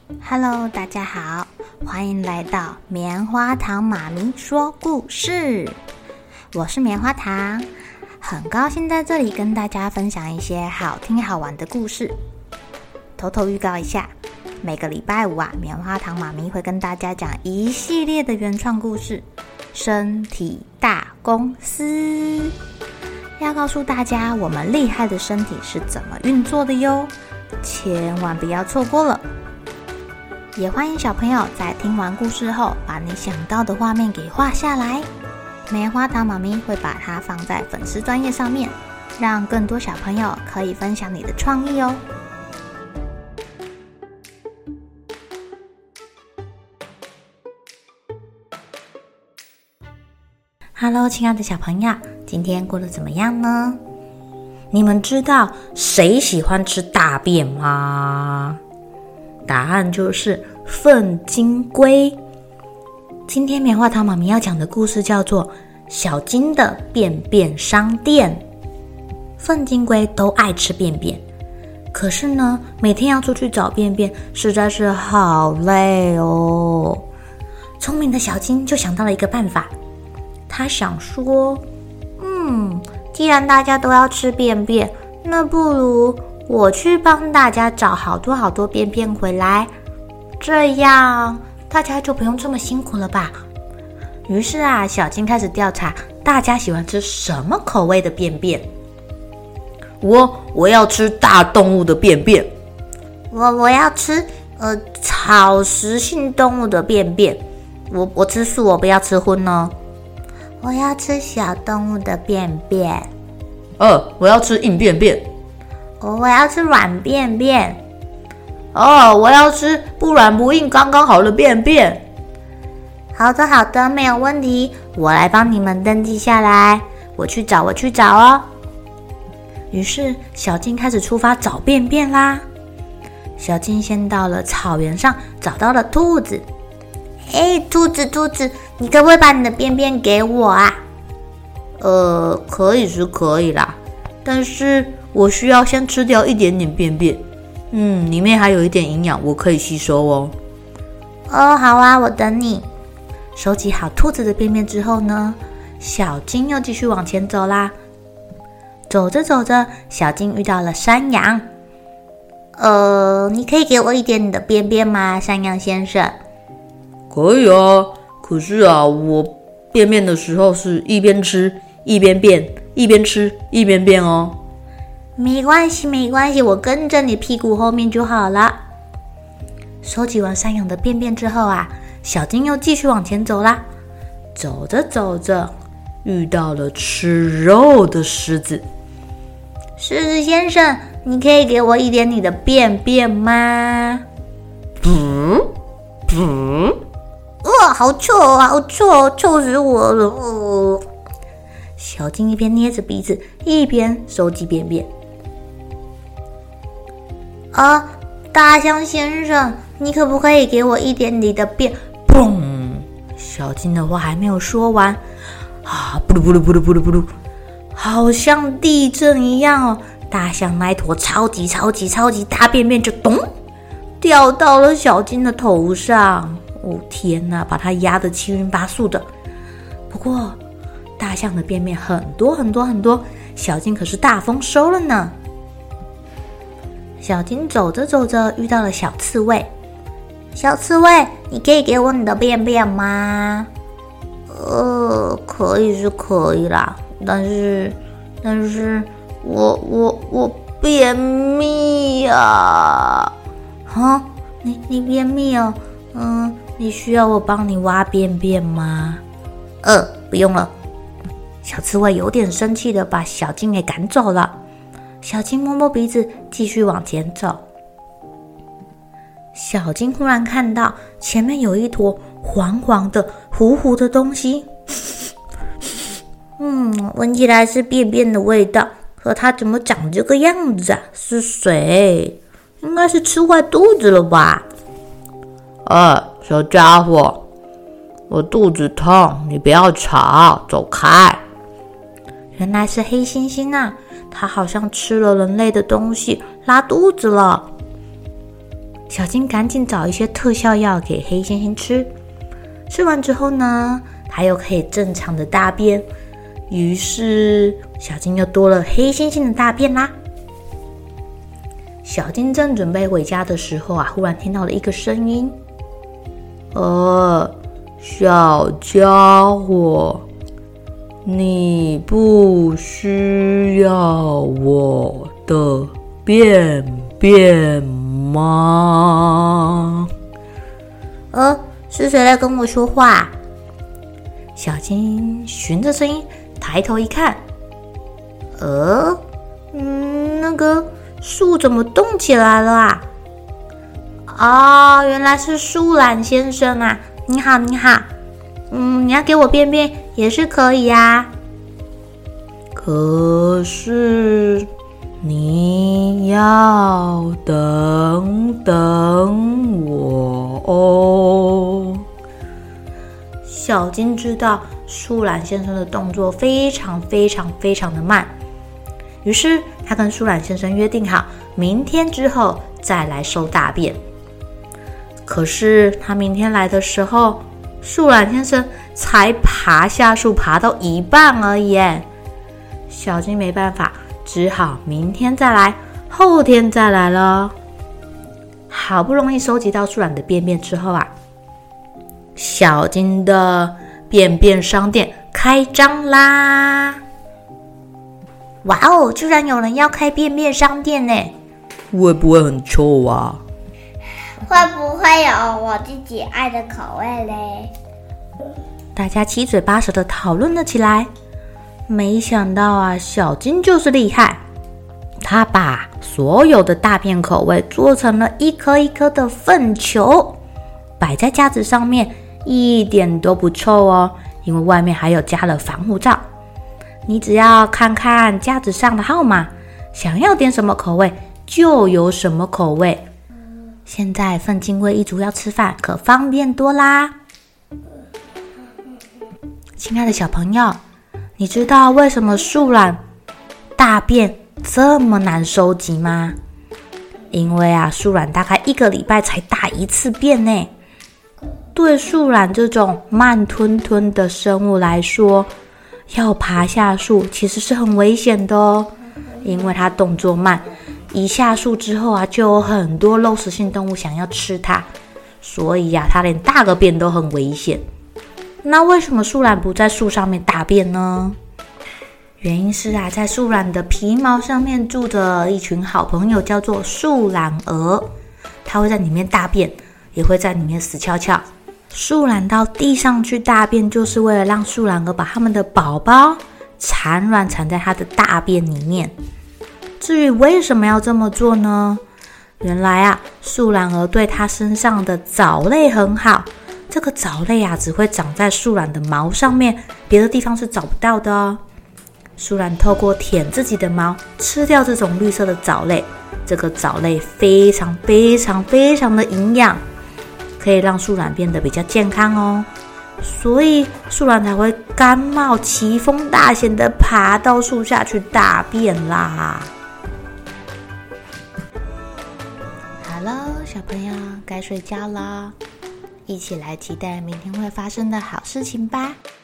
Hello， 大家好，欢迎来到棉花糖妈咪说故事。我是棉花糖，很高兴在这里跟大家分享一些好听好玩的故事。偷偷预告一下，每个礼拜五棉花糖妈咪会跟大家讲一系列的原创故事，身体大公司，要告诉大家我们厉害的身体是怎么运作的哟，千万不要错过了。也欢迎小朋友在听完故事后，把你想到的画面给画下来。棉花糖妈咪会把它放在粉丝专页上面，让更多小朋友可以分享你的创意哦。Hello， 亲爱的小朋友，今天过得怎么样呢？你们知道谁喜欢吃大便吗？答案就是粪金龟。今天棉花糖妈咪要讲的故事叫做小金的便便商店。粪金龟都爱吃便便，可是呢，每天要出去找便便实在是好累哦。聪明的小金就想到了一个办法，他想说，既然大家都要吃便便，那不如我去帮大家找好多便便回来，这样大家就不用这么辛苦了吧。于是小金开始调查大家喜欢吃什么口味的便便。我要吃大动物的便便。我要吃草食性动物的便便。我吃素，我不要吃荤哦。我要吃小动物的便便。 我要吃硬便便。 我要吃软便便。 我要吃不软不硬刚刚好的便便。 好的，没有问题，我来帮你们登记下来。我去找哦。于是小金开始出发找便便啦。小金先到了草原上，找到了兔子。兔子，你可不可以把你的便便给我啊？ 可以是可以啦，但是我需要先吃掉一点点便便。里面还有一点营养，我可以吸收哦。 好啊，我等你。收集好兔子的便便之后呢，小金又继续往前走啦。走着，小金遇到了山羊。你可以给我一点你的便便吗，山羊先生？ 可以啊，可是我便便的时候是一边吃一边便，一边吃一边便哦。 没关系，我跟着你屁股后面就好了。收集完山羊的便便之后小金又继续往前走啦。走着，遇到了吃肉的狮子。狮子先生，你可以给我一点你的便便吗？好臭，臭死我了！小金一边捏着鼻子，一边收集便便。大象先生，你可不可以给我一点你的便？砰！小金的话还没有说完，布噜，好像地震一样哦！大象那一坨超级大便便就咚掉到了小金的头上。天哪，把它压得七晕八素的。不过大象的便便很多，小金可是大丰收了呢。小金走着遇到了小刺猬。小刺猬，你可以给我你的便便吗？可以是可以啦，但是我便秘啊！你便秘哦？你需要我帮你挖便便吗？不用了。小刺猬有点生气的把小金给赶走了。小金摸摸鼻子，继续往前走。小金忽然看到前面有一坨黄黄的糊糊的东西。闻起来是便便的味道，可它怎么长这个样子啊？是谁？应该是吃坏肚子了吧？ 小家伙，我肚子痛，你不要吵，走开。 原来是黑猩猩它好像吃了人类的东西，拉肚子了。 小金赶紧找一些特效药给黑猩猩吃。吃完之后呢，它又可以正常的大便，于是小金又多了黑猩猩的大便啦。小金正准备回家的时候啊，忽然听到了一个声音：小家伙，你不需要我的便便吗？ 是谁在跟我说话？ 小金循着声音抬头一看， 那个树怎么动起来了啊？原来是树懒先生啊！你好，你好。你要给我便便也是可以啊。 可是你要等等我哦。小金知道树懒先生的动作非常非常非常的慢，于是他跟树懒先生约定好，明天之后再来收大便。可是他明天来的时候，树懒先生才爬下树，爬到一半而已。小金没办法，只好明天再来，后天再来了。好不容易收集到树懒的便便之后啊，小金的便便商店开张啦！ 哇哦，居然有人要开便便商店呢！ 会不会很臭啊？ 会不会有我自己爱的口味嘞？ 大家七嘴八舌的讨论了起来。没想到啊，小金就是厉害，他把所有的大便口味做成了一颗一颗的粪球，摆在架子上面，一点都不臭哦，因为外面还有加了防护罩。你只要看看架子上的号码，想要点什么口味就有什么口味。现在粪精卫一族要吃饭，可方便多啦。亲爱的小朋友，你知道为什么树懒大便这么难收集吗？因为啊，树懒大概1个礼拜才大一次便呢。对树懒这种慢吞吞的生物来说，要爬下树其实是很危险的哦，因为它动作慢，一下树之后啊，就有很多肉食性动物想要吃它，所以啊，它连大个便都很危险。那为什么树懒不在树上面大便呢？原因是啊，在树懒的皮毛上面住着一群好朋友，叫做树懒蛾，它会在里面大便，也会在里面死翘翘。树懒到地上去大便，就是为了让树懒蛾把它们的宝宝产卵产在它的大便里面。至于为什么要这么做呢？原来啊，树懒蛾对它身上的藻类很好，这个藻类啊，只会长在树懒的毛上面，别的地方是找不到的哦。树懒透过舔自己的毛，吃掉这种绿色的藻类，这个藻类非常非常非常的营养，可以让树懒变得比较健康哦。所以树懒才会甘冒奇风大险的爬到树下去大便啦。好了，小朋友该睡觉了，一起来期待明天会发生的好事情吧。